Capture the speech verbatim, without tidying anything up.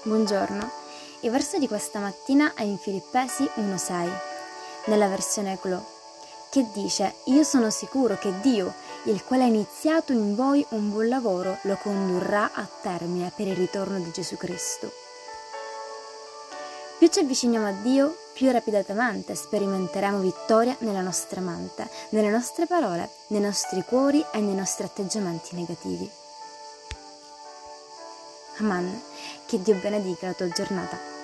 Buongiorno, il verso di questa mattina è in Filippesi uno sei, nella versione Eclò, che dice: Io sono sicuro che Dio, il quale ha iniziato in voi un buon lavoro, lo condurrà a termine per il ritorno di Gesù Cristo. Più ci avviciniamo a Dio, più rapidamente sperimenteremo vittoria nella nostra mente, nelle nostre parole, nei nostri cuori e nei nostri atteggiamenti negativi. Amen. Che Dio benedica la tua giornata.